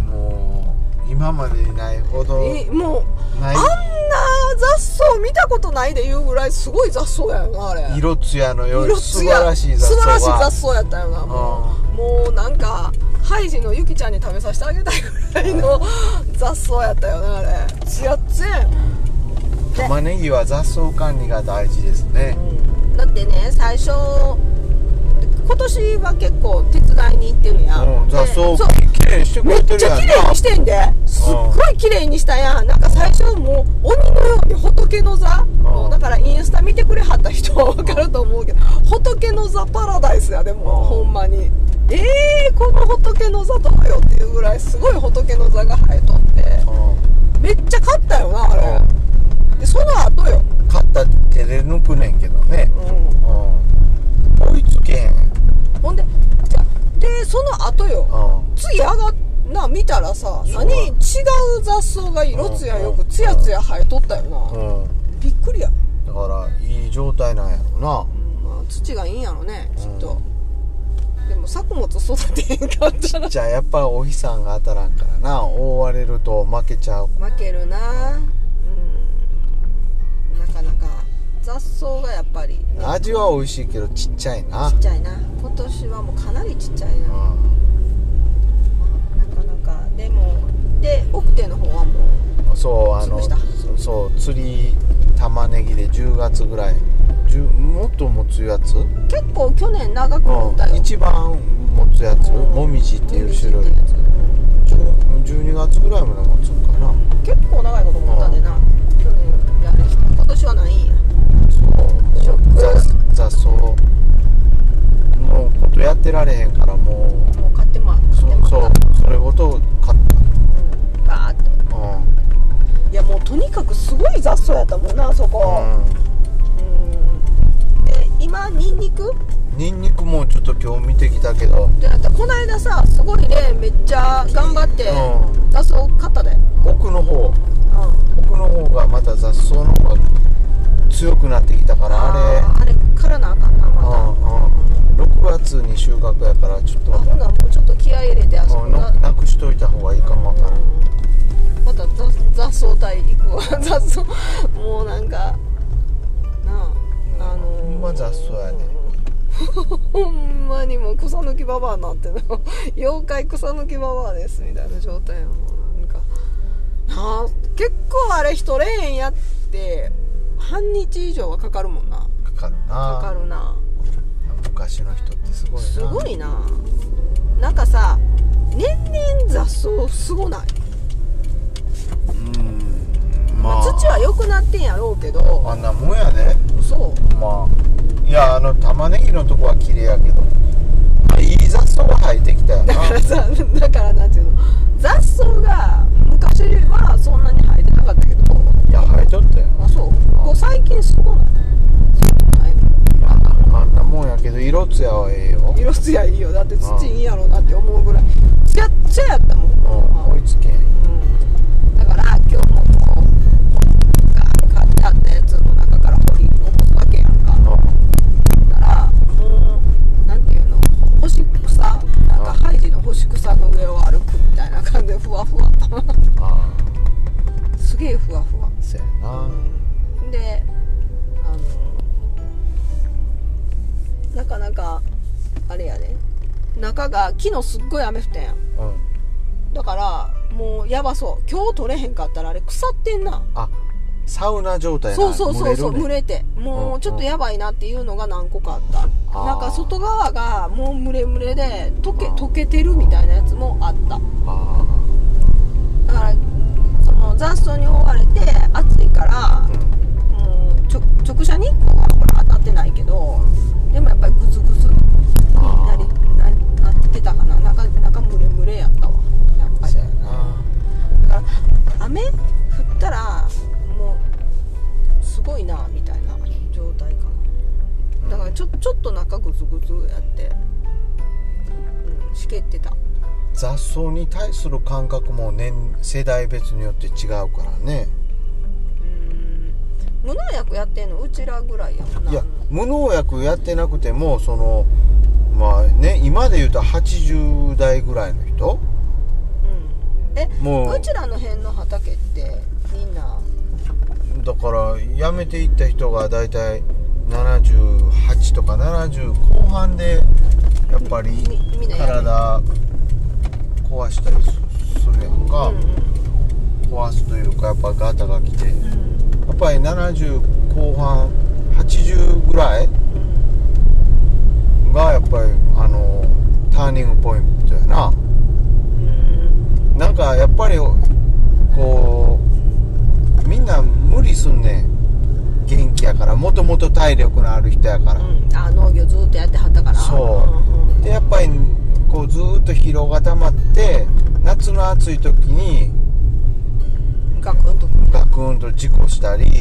もう今までにないほどえもうない。 あんな雑草見たことないでいうぐらいすごい雑草やよな、あれ。 色艶の良い色素艶晴らしい雑草が素晴らしい雑草やったよな。もう、もうなんかハイジのゆきちゃんに食べさせてあげたいぐらいの雑草やったよな、あれ。ツヤツヤ。 玉ねぎは雑草管理が大事ですね、 うん、だってね、最初今年は結構手伝いに行ってるやん、 うん、雑草をきれいにしてくれてるやんな。 めっちゃきれいにしてんで、すっごいきれいにしたやん。なんか最初もう鬼のように仏の座、もうだからインスタ見てくれはった人は分かると思うけど、仏の座パラダイスやで、もうほんまにえー、この仏の座どうよっていうぐらいすごい仏の座が生えとって、めっちゃ買ったよな、あれ。でその後よ、 買った手で抜くねんけどね、うん、うん、追いつけへん。 ほんでじゃでその後よ、うん、次上がっな見たらさ、何違う雑草が色つやよくツヤツヤ生えとったよな、うん、びっくりや。 だからいい状態なんやろうな、 うん、まあ、土がいいんやろね、きっと、うん、でも作物育てへんかったらじゃあやっぱお日さんが当たらんからな、覆われると負けちゃう。 負けるな、うん、なかなか雑草がやっぱり、ね、 味は美味しいけどちっちゃいな。 ちっちゃいな、今年はもうかなりちっちゃいな、うん、なかなか。でもで奥手の方はもうそうあのそう釣り玉ねぎでじゅうがつぐらい、もっと持つやつ、 結構去年長く持ったよ、 うん、一番持つやつ、うん、もみじっていう種類、じゅうにがつぐらいまで持つんかな。 結構長いこと持ったんでな、うん、去年やる人、今年はないんや。 そう雑雑草のことやってられへんから、もうもう買ってまそうそうそれごと買った、うん、 ガーッと、うん、いやもうとにかくすごい雑草やったもんな、あそこ、うん、で今ニンニクニンニクもちょっと今日見てきたけど、 でこの間さすごいね、めっちゃ頑張って雑草買ったで、 奥の方、うん、奥の方がまた雑草の方が強くなってきたから、あれあれからなあかんな、また、うん、 ろくがつに収穫やから、ちょっとあほんならもうちょっと気合い入れて、あそこななくしといた方がいいかもわからん。 また雑雑草隊行くわ雑草もうなんかなあ、 うん、あのー、ほんま雑草やねほんまにもう草抜きババアになってる妖怪草抜きババアですみたいな状態やもん。なんかはあ、結構あれ一レーンやって半日以上はかかるもんな。 かかるな、 かかるな。 昔の人ってすごいな、 すごいな。なんかさ、年々雑草すごない？ うん、まあ、 まあ土は良くなってんやろうけど、 あんなもんやで。 そう。 まあいや、あの玉ねぎのとこは綺麗やけど、いい雑草が生えてきたよな。 だからさ、だからなんていうの、雑草が昔はそんなに生えてなかったけど、 いや生えとったよ。 あ、そう。こう最近すごない？そうない。 あんなもんやけど色艶はええよ。 色艶いいよ。だって土いいんやろうなって思うぐらいツヤツヤやったもん。 うん、追いつけん。うん、 だから今日もこう買ってあったやつの中から掘り起こすわけやんか。だからもうなんていうの、干し草、なんかハイジの干し草の上を歩くみたいな感じでふわふわとすげえふわふわ。 そうやな。 で、あのなかなかあれやね、中が昨日すっごい雨降ったやん、うん、だからもうやばそう。今日取れへんかったらあれ腐ってんな。 あ、サウナ状態な。 そうそうそうそう、蒸れてもうちょっとやばいなっていうのが何個かあった、うん、なんか外側がもう蒸れ蒸れで溶け溶けてるみたいなやつもあった。あだからその雑草に覆われて暑いから、うん、もうちょ直射日光はほら当たってないけど、でもやっぱりグズグズになり な, なってたかな。中中ムレムレやったわ、やっぱり。だから雨降ったらもうすごいなみたいな状態かな。だからちょちょっと中グズグ雑草に対する感覚も年世代別によって違うからね。 うん、無農薬やってんのうちらぐらいやもんな。 いや無農薬やってなくてもそのまあね今で言うとはちじゅう代ぐらいの人、 うん、えもううちらの辺の畑ってみんなだから辞めていった人がだいたいななじゅうはちとかななじゅう後半でやっぱり体壊したりするやんか、うんうん、壊すというかやっぱガタが来て、うん、やっぱりななじゅう後半はちじゅうぐらいがやっぱりあのターニングポイントやな、うん、なんかやっぱりこうみんな無理すんねん。元気やからもともと体力のある人やから、うん、 あ農業ずっとやってはったからそう、うんうん、でやっぱりこうずっと疲労が溜まって夏の暑い時にガクンとガクンと事故したり、うん、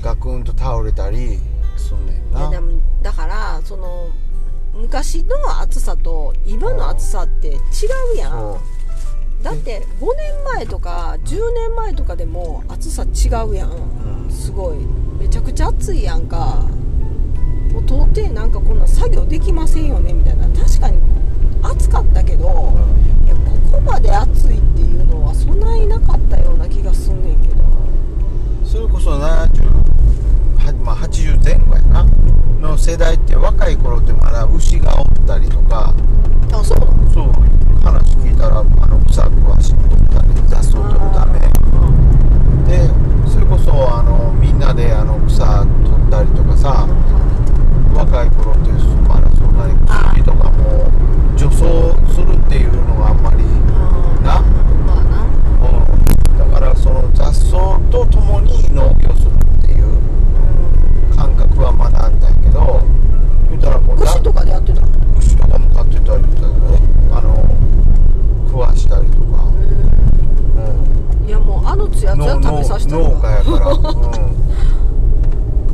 ガクンと倒れたりすんねんな。 でもだからその昔の暑さと今の暑さって違うやん。だってごねんまえとかじゅうねんまえとかでも暑さ違うやん、うん、すごいめちゃくちゃ暑いやんか。もう到底なんかこんな作業できませんよねみたいな。確かに暑かったけど、いやここまで暑いっていうのはそんなになかったような気がすんねんけど。 それこそななじゅう、まあ、はちじゅう前後やなの世代って若い頃ってまだ牛がおったりとか。 あ、そうなの？ そう話聞いたらあの草食わしとるため雑草取るためでそれこそあのみんなであの草取ったりとかさ、若い頃ってまだそんなに木とかも除草するっていうのがあんまりな、 まあな、 だからその雑草とともに農業するっていう感覚はまだあったんやけど、言ったらこう牛とかでやってたの？ 牛とかも飼ってたり言ったけどね、あの食わしたりとか、 うん、いやもうあのつやつや食べさせた農家やから、うん、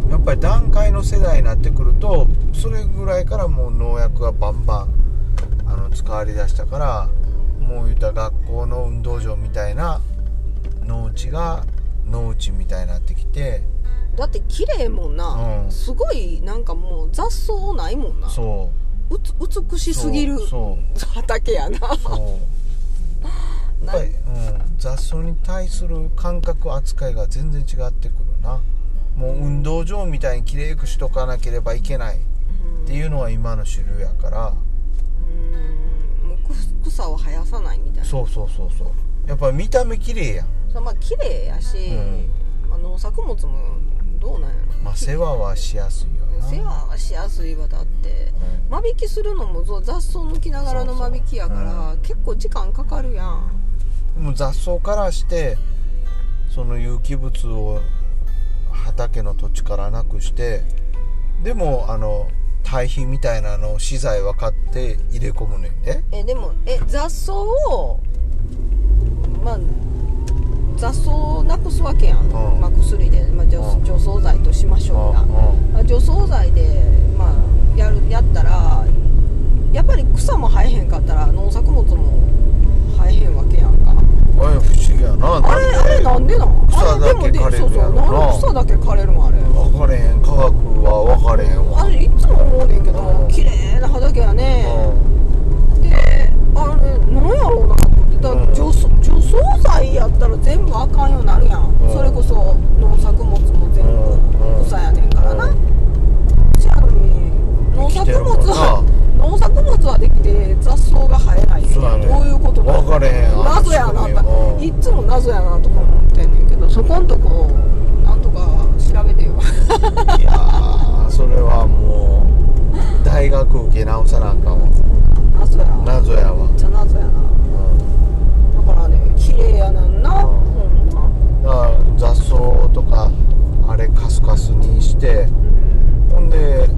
やっぱり団塊の世代になってくるとそれぐらいからもう農薬がバンバンあの使われだしたから、もう言った学校の運動場みたいな農地が農地みたいになってきて、 だって綺麗もんな、うん、すごいなんかもう雑草ないもんな。 そううつ美しすぎる畑やな。 そうやっぱり、うん、雑草に対する感覚扱いが全然違ってくるな。もう運動場みたいにきれいくしとかなければいけないっていうのが今の主流やから、 うん、もう草を生やさないみたいな。 そうそうそうそう、やっぱり見た目きれいやん。 そう、まあ綺麗やし、うん、まあ、農作物もどうなんやろ、 まあ、世話はしやすいよな。 世話はしやすいわ。だって、うん、間引きするのも雑草抜きながらの間引きやから、そうそう、うん、結構時間かかるやん。 もう雑草からしてその有機物を畑の土地からなくして、でもあの堆肥みたいなの資材は買って入れ込むねんで。 えでもえ雑草をまあ雑草をなくすわけやん、うん、まあ、薬で、まあ、除, 除草剤としましょうが、うんうん、除草剤で、まあ、やるやったらやっぱり草も生えへんかったら農作物も生えへんわけやんか。 あれ不思議やな。 あれあれなんでなん草だけ枯れるやろな。 そうそう、草だけ枯れるもんあれ。 分かれへん、科学は分かれへんわ。 あれいつも思うねんけど、うん、綺麗な畑やね、うん、であれなんやろうなと思って。だから除草、除草剤やったら全部あかんようになるやん、うん、それこそ農作物も全部草やねんからな、うん、じゃあ農作物は農作物はできて雑草が生えないってどういうことだ、 分かれへん、 謎やな、いつも謎やなとか思ってんねんけど、そこんとこなんとか調べてよ。 いやーそれはもう大学受け直さなあかんわ。 謎や謎やわ。 めっちゃ謎やな、うん、だからね綺麗やねんな、うん、 だから雑草とかあれカスカスにして、うん、ほんで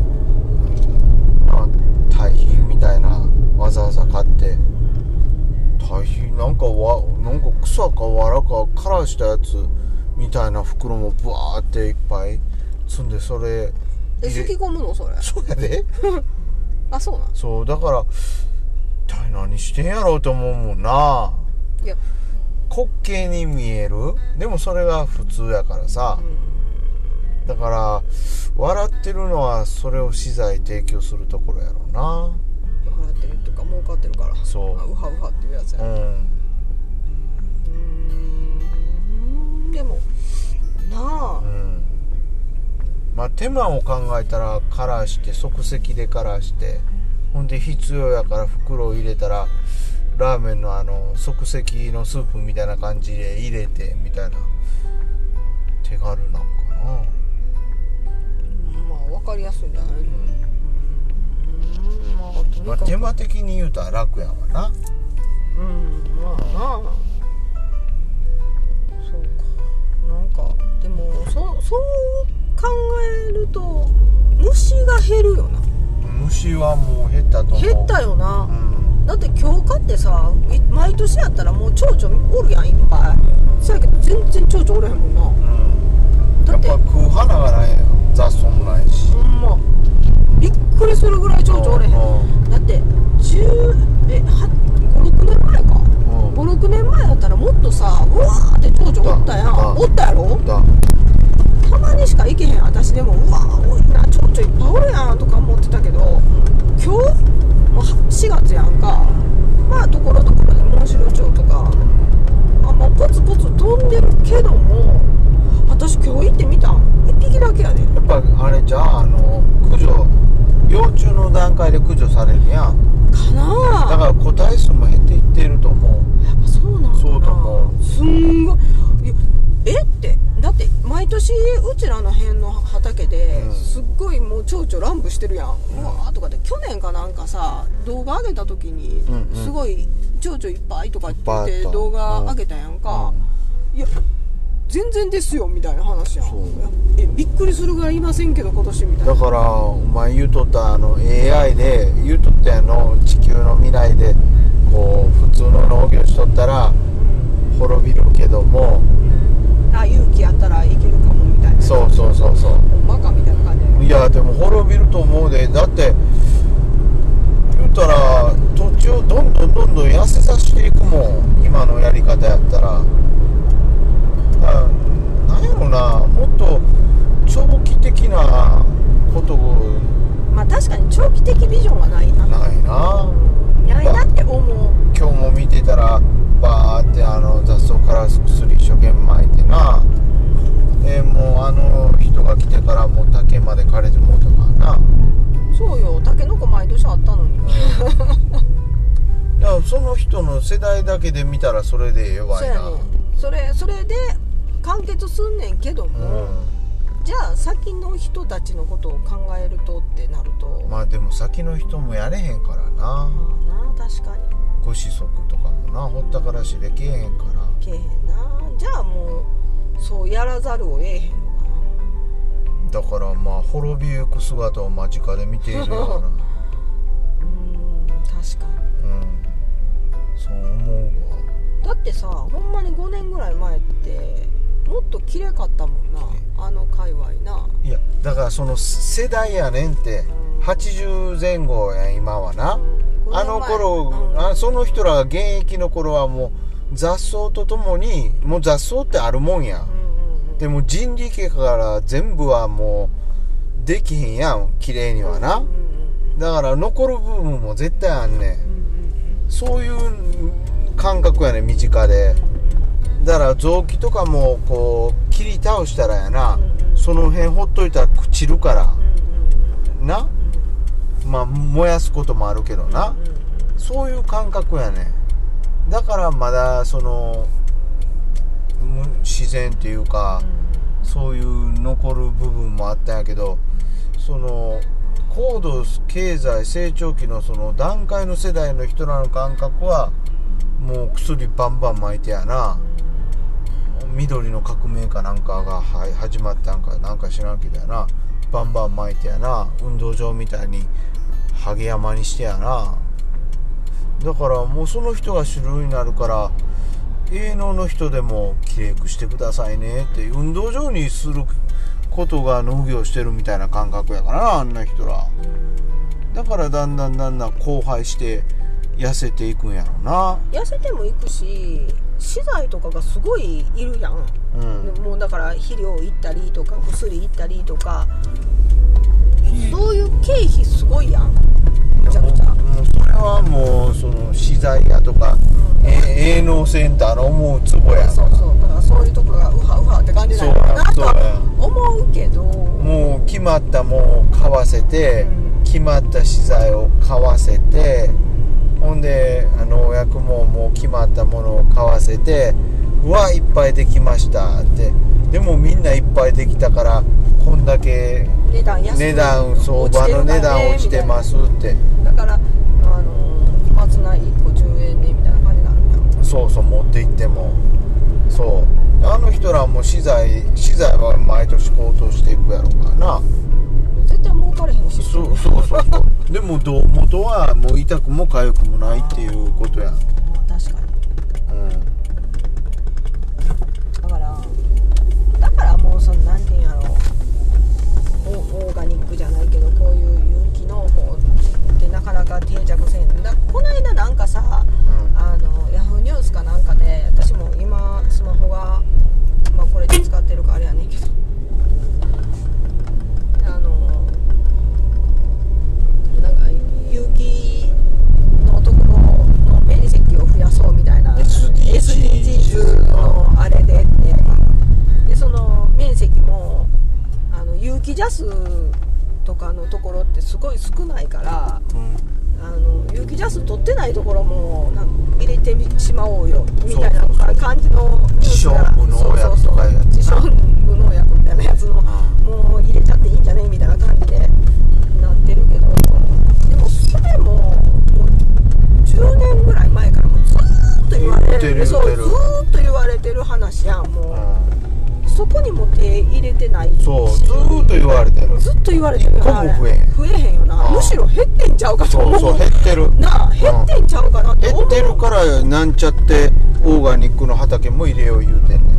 堆肥みたいなわざわざ買って堆肥なんかわなんか草か藁かからしたやつみたいな袋もブワーっていっぱい積んで、それえすき込むのそれ。 そうやで。 あ、そうなん。 そうだから大前何してんやろうと思うもんな。 いや滑稽に見える。でもそれが普通やからさ、うん、だから笑ってるのはそれを資材提供するところやろうな。 笑ってるっていうか儲かってるから。 そう、 ウハウハっていうやつや、うん、うーんでもなあ、うん、 まあ手間を考えたらカラーして即席でカラーして、ほんで必要やから袋を入れたらラーメンのあの即席のスープみたいな感じで入れてみたいな、手軽なんかな。 まあ分かりやすいんじゃないの、うんまあ、まあ手間的に言うたら楽やわな。 うんまあなあ、そうか。なんかでもそそう考えると虫が減るよな。 虫はもう減ったと思う。 減ったよな、うん、だって今日買ってさ、毎年やったらもう蝶々おるやんいっぱい。そやけど全然蝶々おれへんもんな、 うん、だってやっぱ食う花がないやん、雑草もないし。 ほんまびっくりするぐらい蝶々おれへん。だってじゅうえごろくねんまえか、ごろくねんまえだったらもっとさうわーって蝶々おったやん。おったやろ。たまにしか行けへん私でもうわー多いな、蝶々いっぱいおるやんとか思ってたけど、今日もうしがつやんか。まあところどころでモンシロチョウとかあ、まあ、ポツポツ飛んでるけども、私今日行ってみたんいっぴきだけやで。 やっぱあれじゃあ、あの駆除幼虫の段階で駆除されるやんかな。 だから個体数も減っていってると思う。 やっぱそうなんかな。 そうと思う。 すんごいえってだって毎年うちらの辺の畑ですっごいもう蝶々乱舞してるやん、うん、うわーとかで去年かなんかさ動画上げた時にすごい蝶々いっぱいとかって言って動画上げたやんか、うん、いや全然ですよみたいな話やん。えびっくりするぐらいいませんけど今年みたいな。 だからお前言うとったあの エーアイ で言うとったやの地球の未来でこう普通の農業しとったら滅びるけども、 あ勇気やったらいけるかもみたいな。 そうそうそうそう、 バカみたいな感じ。 いやでも滅びると思うで。だって言うたら土地をどんどんどんどん痩せさせていくもん今のやり方やったら。なんやろな、もっと長期的なことを。 まあ確かに長期的ビジョンはないな。 ないな、 うん、ないなって思う。 今日も見てたらバーってあの雑草から薬一生懸命撒いてな、えー、もうあの人が来てからもう竹まで枯れてもうとかな。 そうよ、タケノコ毎年あったのに、うん、だからその人の世代だけで見たらそれでええわいな。 そうやね、それそれで完結すんねんけども、うん、じゃあ先の人たちのことを考えるとってなると、 まあでも先の人もやれへんからな。 まあな、確かにご子息とかもな、ほったからしでけえへんから。 けえへんな。じゃあもうそうやらざるを得へんのかな。だからまあ滅びゆく姿を間近で見ているようなうーん確かに、 うん、そう思うわ。 だってさ、ほんまにごねんぐらい前ってもっと綺麗かったもんな、あの界隈な。 いやだからその世代やねんって、うん、はちじゅうぜん後や今はな、うん、あの頃、うん、あその人らが現役の頃はもう雑草とともにもう雑草ってあるもんや、うんうんうん、でも人力から全部はもうできへんやん綺麗にはな、うんうんうん、だから残る部分も絶対あんねん、うんうんうん、そういう感覚やねん、身近で。だから臓器とかもこう切り倒したらやな、その辺ほっといたら朽ちるからな、まあ燃やすこともあるけどな、そういう感覚やね。だからまだその自然っていうかそういう残る部分もあったんやけど、その高度経済成長期のその段階の世代の人らの感覚はもう薬バンバン撒いてやな、緑の革命かなんかが始まったんかなんか知らんけどやな、バンバン撒いてやな、運動場みたいにハゲ山にしてやな。だからもうその人が主流になるから営農の人でもきれいくしてくださいねって運動場にすることが農業してるみたいな感覚やからな、あんな人ら。だからだんだんだんだん荒廃して痩せていくんやろな。 痩せてもいくし、資材とかがすごいいるやん、うん、もうだから肥料いったりとか薬いったりとか、そういう経費すごいやん、めちゃくちゃ。 もうそれはもうその資材やとか、うん、え営農センターの思うつぼやん。 そうそう、だからそういうとこがウハウハって感じなんだなと思うけど、 もう決まったもんを買わせて、うん、決まった資材を買わせて、ほんで農薬ももう決まったものを買わせて、うわいっぱいできましたって、でもみんないっぱいできたからこんだけ値段安い、 値段相場の値段落ちてますって、 だからあの小松菜いっこじゅうえんねみたいな感じになるんや。 そうそう、持って行ってもそうあの人らも資材資材は毎年高騰していくやろうからな。 絶対儲かれへんし。 そうそうそうそうでもど元はもう痛くも痒くもないっていうことやん。 まあ確かに、うん、だからだからもうそのなんていうんやろう、オーガニックじゃないけどこういう有機農法ってなかなか定着せんだ。この間なんかさ、うん、あのヤフーニュースかなんかで、私も今スマホがまあこれで使ってるかあれやねんけど、あのなんか有機のところの面積を増やそうみたいな エスディージーズ のあれでって、でその面積もあの有機ジャスとかのところってすごい少ないから、うん、あの有機ジャス取ってないところもなんか入れてしまおうよみたいな感じの自称無農薬とかやつ、 自称無農薬みたいなやつの、うん、もう入れちゃっていいんじゃねみたいな感じでなってるけど、でもそれももうじゅうねんぐらい前からもうずーっと言われてる、そうずーっと言われてる話やん。もう、うん、そこにも手入れてないし、 そうずーっと言われてる、 ずっと言われてる。 一個も増えへん増えへんよな、うん、むしろ減ってんちゃうかと思う。 そうそう減ってるなあ、減ってんちゃうかなって思う。 減ってるからなんちゃってオーガニックの畑も入れよう言うてんねん、うん、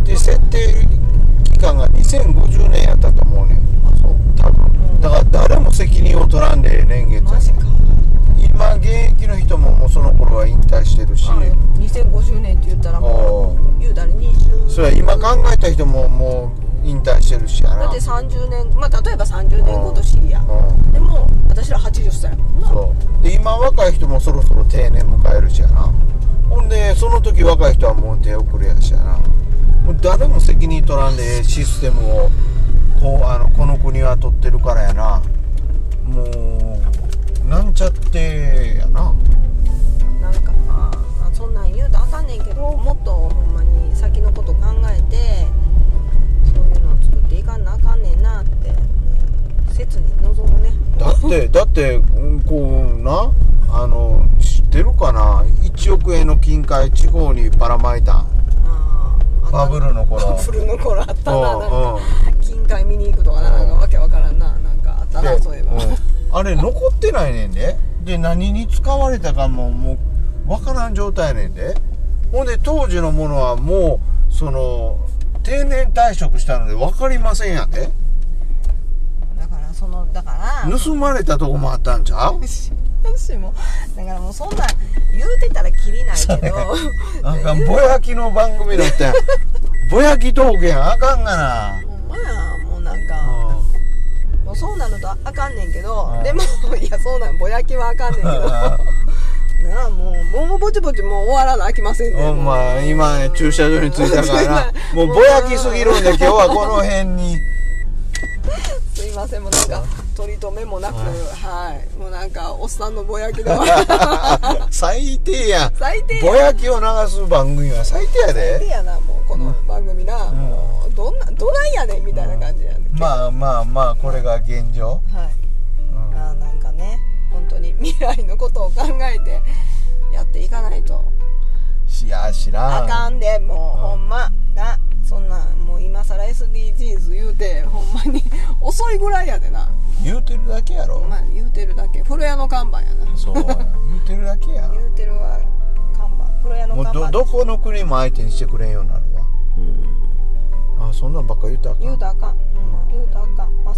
で設定期間がにせんごじゅうねんやったと思うねん。多分、うん、だから誰も責任を取らんで年月やねん。今現役の人ももうその頃は引退してるし、 にせんごじゅうねんって言ったらもう言うたらにじゅう、 それは今考えた人ももう引退してるしやな。 だってさんじゅうねん、まあ例えばさんじゅうねんごとしや、うん、でも私らはちじゅっさいやもんな。 そうで今若い人もそろそろ定年迎えるしやな。ほんでその時若い人はもう手遅れやしやな。もう誰も責任取らんでシステムをこうあのこの国は取ってるからやな。もうなんちゃってやな。 なんかまあそんなん言うとあかんねんけど、もっとほんまに先のこと考えてそういうのを作っていかんなあかんねんなって切に望むね。 だってだってこうなあの知ってるかな、いちおくえんの金塊地方にばらまいたん。バブルの頃バブルの頃あったな、なんか金塊見に行くとかな、なんかわけわからんな、なんかあったなそういえば、うん、 あれ残ってないねんで。で何に使われたかももうわからん状態やねんで。ほんで当時のものはもうその定年退職したので分かりませんやで。 だからそのだから盗まれたとこもあったんちゃう私もだからもうそんな言うてたらキリないけどなんかぼやきの番組だったやんぼやきトークやん、あかんがな。 ほんまや、もうなんかもうそうなのとあかんねんけど、でもいやそうなんぼやきはあかんねんけどなあ、もうもうぼちぼちもう終わらなあきませんね。 ほんま今ね駐車場に着いたからなもうぼやきすぎるんで今日はこの辺にすいません、もうなんか取り留めもなく、はい、もうなんかおっさんのぼやきでは最低やん。 最低やん。 ぼやきを流す番組は最低やで。 最低やな、もうこの番組な、うん、もうどんなどないやねんみたいな感じやん、うん、 まあまあまあこれが現状。 はい、うん、まあなんかね本当に未来のことを考えてやっていかないと。 いや知らんあかんで、もう、うん、ほんまな、そんなもう今更 エスディージーズ 言うてほんまに遅いぐらいやでな。 言うてるだけやろ。 まあ言うてるだけ、古屋の看板やな。 そう言うてるだけや言うてるわ、看板、古屋の看板。 もう ど, どこの国も相手にしてくれんようになるわ、うん、あそんなんばっか言うたらあかん、 言うたらあかん、うん、言うたらあかん。まあ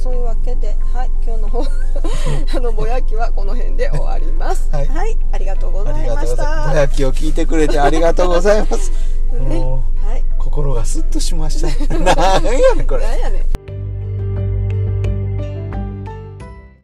そういうわけで、はい、今日の方あのぼやきはこの辺で終わります。はい、はい、ありがとうございました。 ぼやきを聞いてくれてありがとうございます。ね、はい、心がスッとしました。なんやねんこれ。 なんやねん。